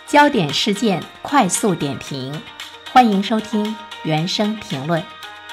焦点事件快速点评，欢迎收听原声评论。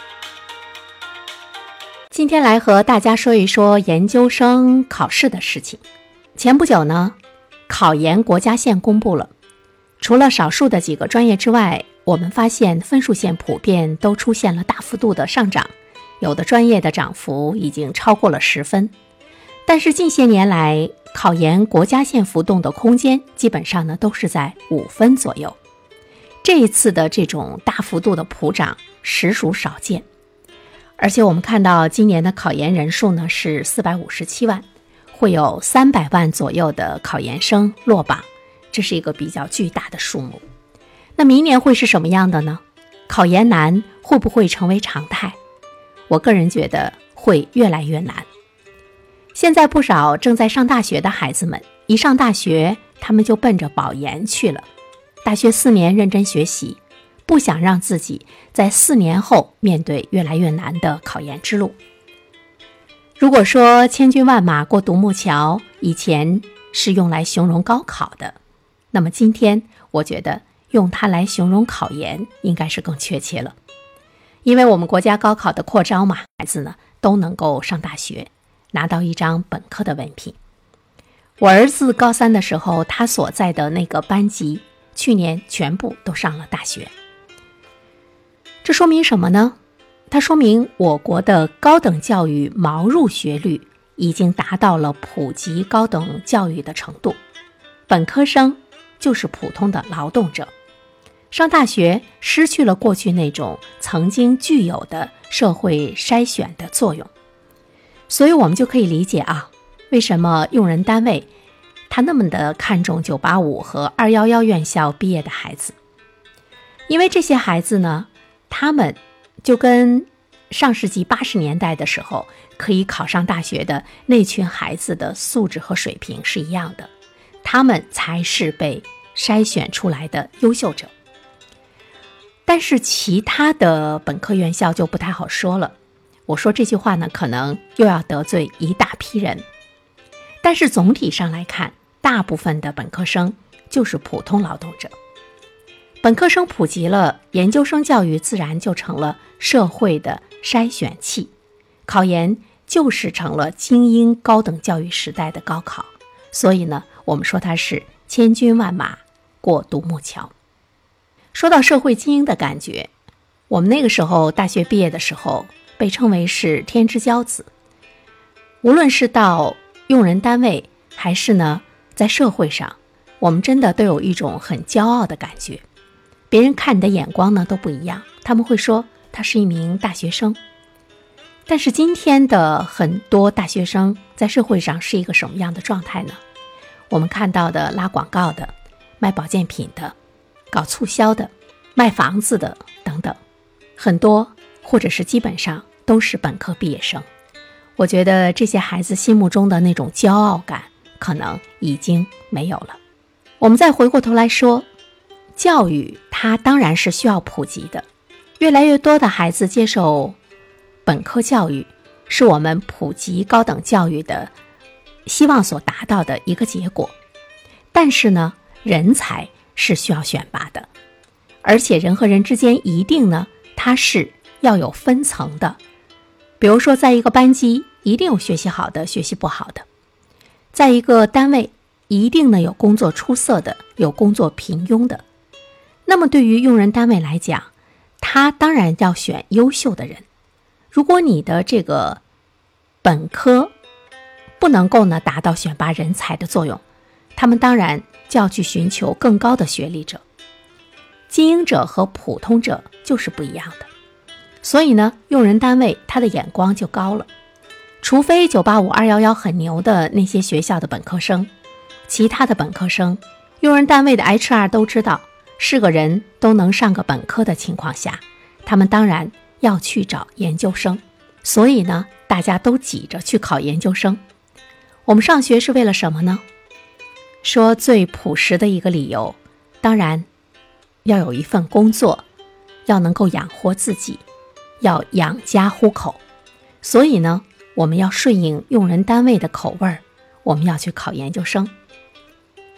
今天来和大家说一说研究生考试的事情。前不久呢，考研国家线公布了，除了少数的几个专业之外，我们发现分数线普遍都出现了大幅度的上涨，有的专业的涨幅已经超过了10分。但是近些年来，考研国家线浮动的空间基本上呢都是在5分左右。这一次的这种大幅度的普涨实属少见。而且我们看到今年的考研人数呢是457万，会有300万左右的考研生落榜，这是一个比较巨大的数目。那明年会是什么样的呢？考研难会不会成为常态？我个人觉得会越来越难。现在不少正在上大学的孩子们，一上大学他们就奔着保研去了。大学4年认真学习，不想让自己在4年后面对越来越难的考研之路。如果说千军万马过独木桥以前是用来形容高考的，那么今天我觉得用它来形容考研应该是更确切了。因为我们国家高考的扩招嘛，孩子呢都能够上大学，拿到一张本科的文凭。我儿子高3的时候，他所在的那个班级去年全部都上了大学。这说明什么呢？它说明我国的高等教育毛入学率已经达到了普及高等教育的程度。本科生就是普通的劳动者，上大学失去了过去那种曾经具有的社会筛选的作用。所以我们就可以理解为什么用人单位他那么的看重985和211院校毕业的孩子。因为这些孩子呢，他们就跟上世纪80年代的时候可以考上大学的那群孩子的素质和水平是一样的，他们才是被筛选出来的优秀者。但是其他的本科院校就不太好说了，我说这句话呢，可能又要得罪一大批人。但是总体上来看，大部分的本科生就是普通劳动者。本科生普及了，研究生教育自然就成了社会的筛选器，考研就是成了精英高等教育时代的高考。所以呢，我们说它是千军万马过独木桥。说到社会精英的感觉，我们那个时候大学毕业的时候被称为是天之骄子。无论是到用人单位还是呢在社会上，我们真的都有一种很骄傲的感觉。别人看你的眼光呢都不一样，他们会说他是一名大学生。但是今天的很多大学生在社会上是一个什么样的状态呢？我们看到的拉广告的、卖保健品的、搞促销的、卖房子的等等，很多或者是基本上都是本科毕业生。我觉得这些孩子心目中的那种骄傲感可能已经没有了。我们再回过头来说，教育它当然是需要普及的，越来越多的孩子接受本科教育是我们普及高等教育的希望所达到的一个结果。但是呢，人才是需要选拔的，而且人和人之间一定呢它是要有分层的。比如说在一个班级一定有学习好的，学习不好的；在一个单位一定呢有工作出色的，有工作平庸的。那么对于用人单位来讲，他当然要选优秀的人。如果你的这个本科不能够呢达到选拔人才的作用，他们当然就要去寻求更高的学历者。精英者和普通者就是不一样的。所以呢，用人单位他的眼光就高了。除非985、211很牛的那些学校的本科生，其他的本科生，用人单位的 HR 都知道，是个人都能上个本科的情况下，他们当然要去找研究生。所以呢，大家都挤着去考研究生。我们上学是为了什么呢？说最朴实的一个理由，当然要有一份工作，要能够养活自己，要养家糊口。所以呢，我们要顺应用人单位的口味儿，我们要去考研究生。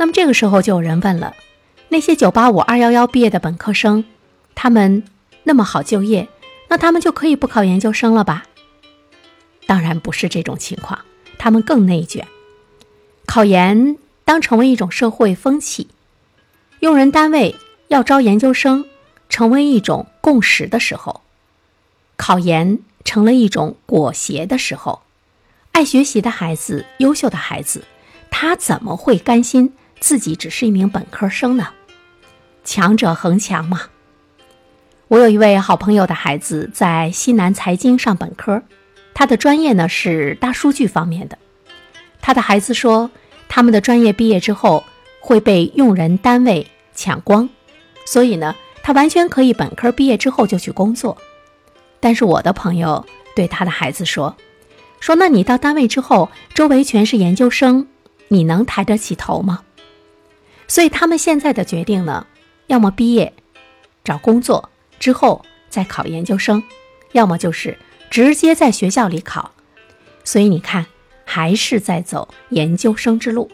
那么这个时候就有人问了，那些985、211毕业的本科生，他们那么好就业，那他们就可以不考研究生了吧？当然不是这种情况，他们更内卷。考研当成为一种社会风气，用人单位要招研究生成为一种共识的时候，考研成了一种裹挟的时候，爱学习的孩子，优秀的孩子，他怎么会甘心自己只是一名本科生呢？强者恒强嘛。我有一位好朋友的孩子在西南财经上本科，他的专业呢是大数据方面的。他的孩子说，他们的专业毕业之后会被用人单位抢光，所以呢，他完全可以本科毕业之后就去工作。但是我的朋友对他的孩子说那你到单位之后，周围全是研究生，你能抬得起头吗？所以他们现在的决定呢，要么毕业找工作之后再考研究生，要么就是直接在学校里考。所以你看，还是在走研究生之路。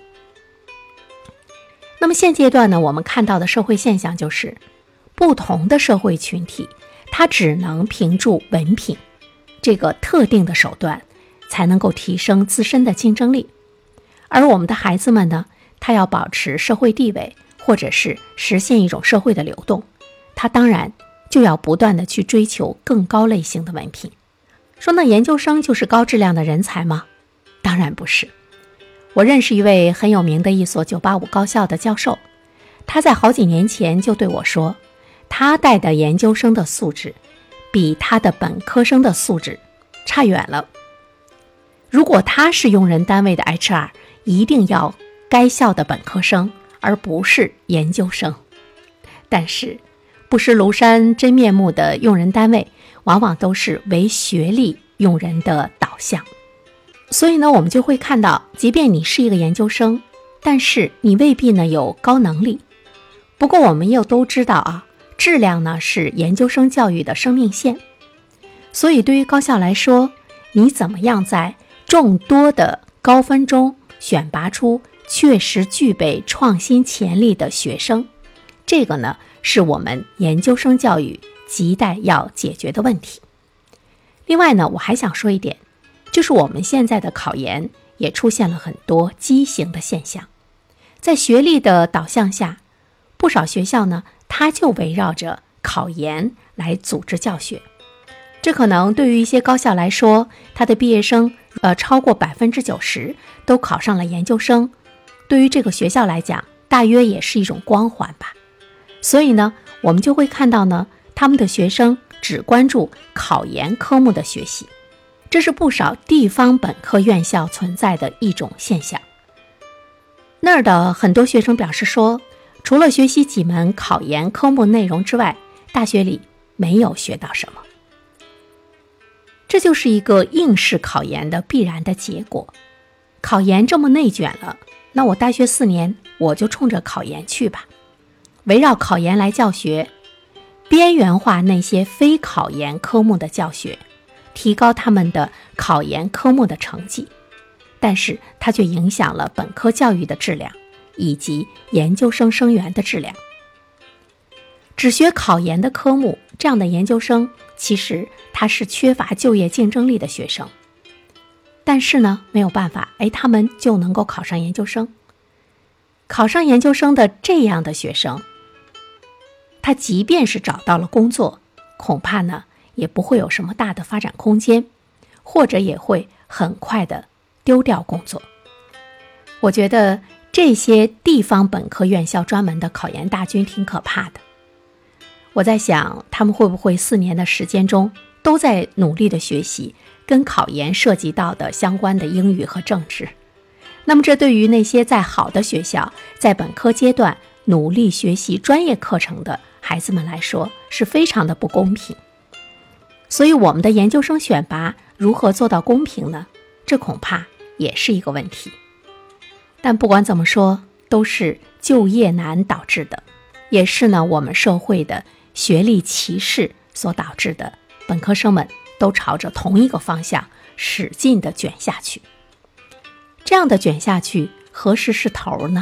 那么现阶段呢，我们看到的社会现象就是，不同的社会群体，它只能凭助文凭这个特定的手段，才能够提升自身的竞争力。而我们的孩子们呢，他要保持社会地位，或者是实现一种社会的流动，他当然就要不断的去追求更高类型的文凭。说那研究生就是高质量的人才吗？当然不是。我认识一位很有名的一所985高校的教授，他在好几年前就对我说，他带的研究生的素质比他的本科生的素质差远了。如果他是用人单位的 HR， 一定要该校的本科生，而不是研究生。但是不识庐山真面目的用人单位，往往都是唯学历用人的导向。所以呢，我们就会看到，即便你是一个研究生，但是你未必呢有高能力。不过我们又都知道啊，质量呢是研究生教育的生命线。所以对于高校来说，你怎么样在众多的高分中选拔出确实具备创新潜力的学生，这个呢是我们研究生教育亟待要解决的问题。另外呢，我还想说一点，就是我们现在的考研也出现了很多畸形的现象。在学历的导向下，不少学校呢，它就围绕着考研来组织教学。这可能对于一些高校来说，它的毕业生超过90%都考上了研究生，对于这个学校来讲，大约也是一种光环吧。所以呢，我们就会看到呢，他们的学生只关注考研科目的学习，这是不少地方本科院校存在的一种现象。那儿的很多学生表示说，除了学习几门考研科目内容之外，大学里没有学到什么。这就是一个应试考研的必然的结果。考研这么内卷了，那我大学4年我就冲着考研去吧，围绕考研来教学，边缘化那些非考研科目的教学，提高他们的考研科目的成绩，但是它却影响了本科教育的质量以及研究生生源的质量。只学考研的科目，这样的研究生其实他是缺乏就业竞争力的学生。但是呢，没有办法，他们就能够考上研究生。考上研究生的这样的学生，他即便是找到了工作，恐怕呢也不会有什么大的发展空间，或者也会很快的丢掉工作。我觉得这些地方本科院校专门的考研大军挺可怕的。我在想，他们会不会4年的时间中都在努力的学习跟考研涉及到的相关的英语和政治。那么这对于那些在好的学校，在本科阶段努力学习专业课程的孩子们来说，是非常的不公平。所以我们的研究生选拔如何做到公平呢？这恐怕也是一个问题。但不管怎么说，都是就业难导致的，也是呢我们社会的学历歧视所导致的，本科生们都朝着同一个方向使劲地卷下去。这样的卷下去何时是头呢？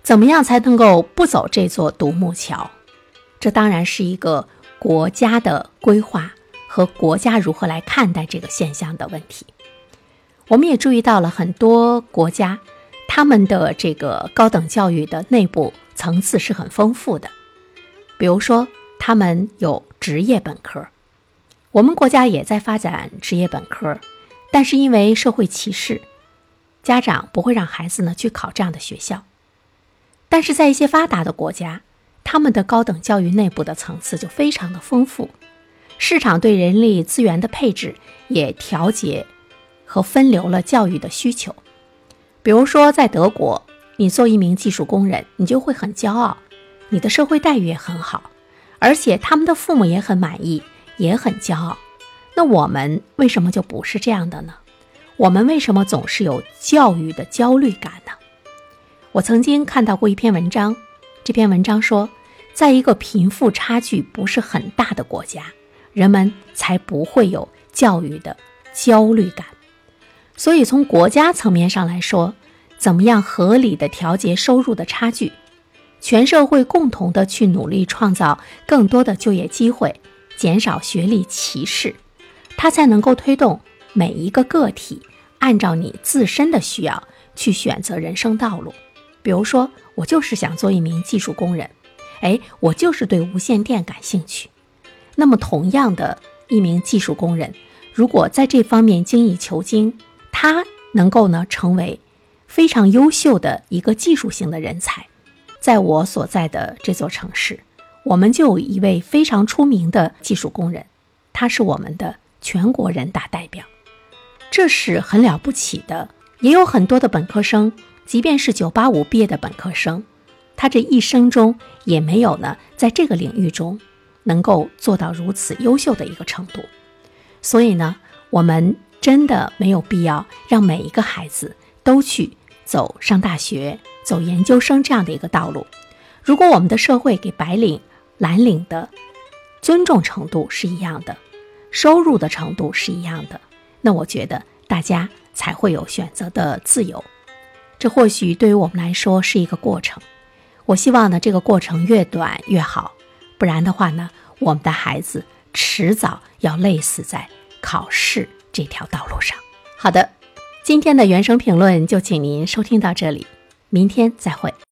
怎么样才能够不走这座独木桥？这当然是一个国家的规划和国家如何来看待这个现象的问题。我们也注意到了很多国家，他们的这个高等教育的内部层次是很丰富的。比如说，他们有职业本科，我们国家也在发展职业本科，但是因为社会歧视，家长不会让孩子呢去考这样的学校。但是在一些发达的国家，他们的高等教育内部的层次就非常的丰富，市场对人力资源的配置也调节和分流了教育的需求。比如说在德国，你做一名技术工人，你就会很骄傲，你的社会待遇也很好，而且他们的父母也很满意，也很骄傲。那我们为什么就不是这样的呢？我们为什么总是有教育的焦虑感呢？我曾经看到过一篇文章，这篇文章说，在一个贫富差距不是很大的国家，人们才不会有教育的焦虑感。所以从国家层面上来说，怎么样合理的调节收入的差距，全社会共同的去努力创造更多的就业机会，减少学历歧视，它才能够推动每一个个体按照你自身的需要去选择人生道路。比如说，我就是想做一名技术工人，我就是对无线电感兴趣。那么同样的一名技术工人，如果在这方面精益求精，他能够呢成为非常优秀的一个技术型的人才。在我所在的这座城市，我们就有一位非常出名的技术工人，他是我们的全国人大代表，这是很了不起的。也有很多的本科生，即便是985毕业的本科生，他这一生中也没有呢在这个领域中能够做到如此优秀的一个程度。所以呢，我们真的没有必要让每一个孩子都去走上大学、走研究生这样的一个道路。如果我们的社会给白领、蓝领的尊重程度是一样的，收入的程度是一样的，那我觉得大家才会有选择的自由。这或许对于我们来说是一个过程，我希望呢这个过程越短越好，不然的话呢，我们的孩子迟早要累死在考试这条道路上。好的，今天的原声评论就请您收听到这里，明天再会。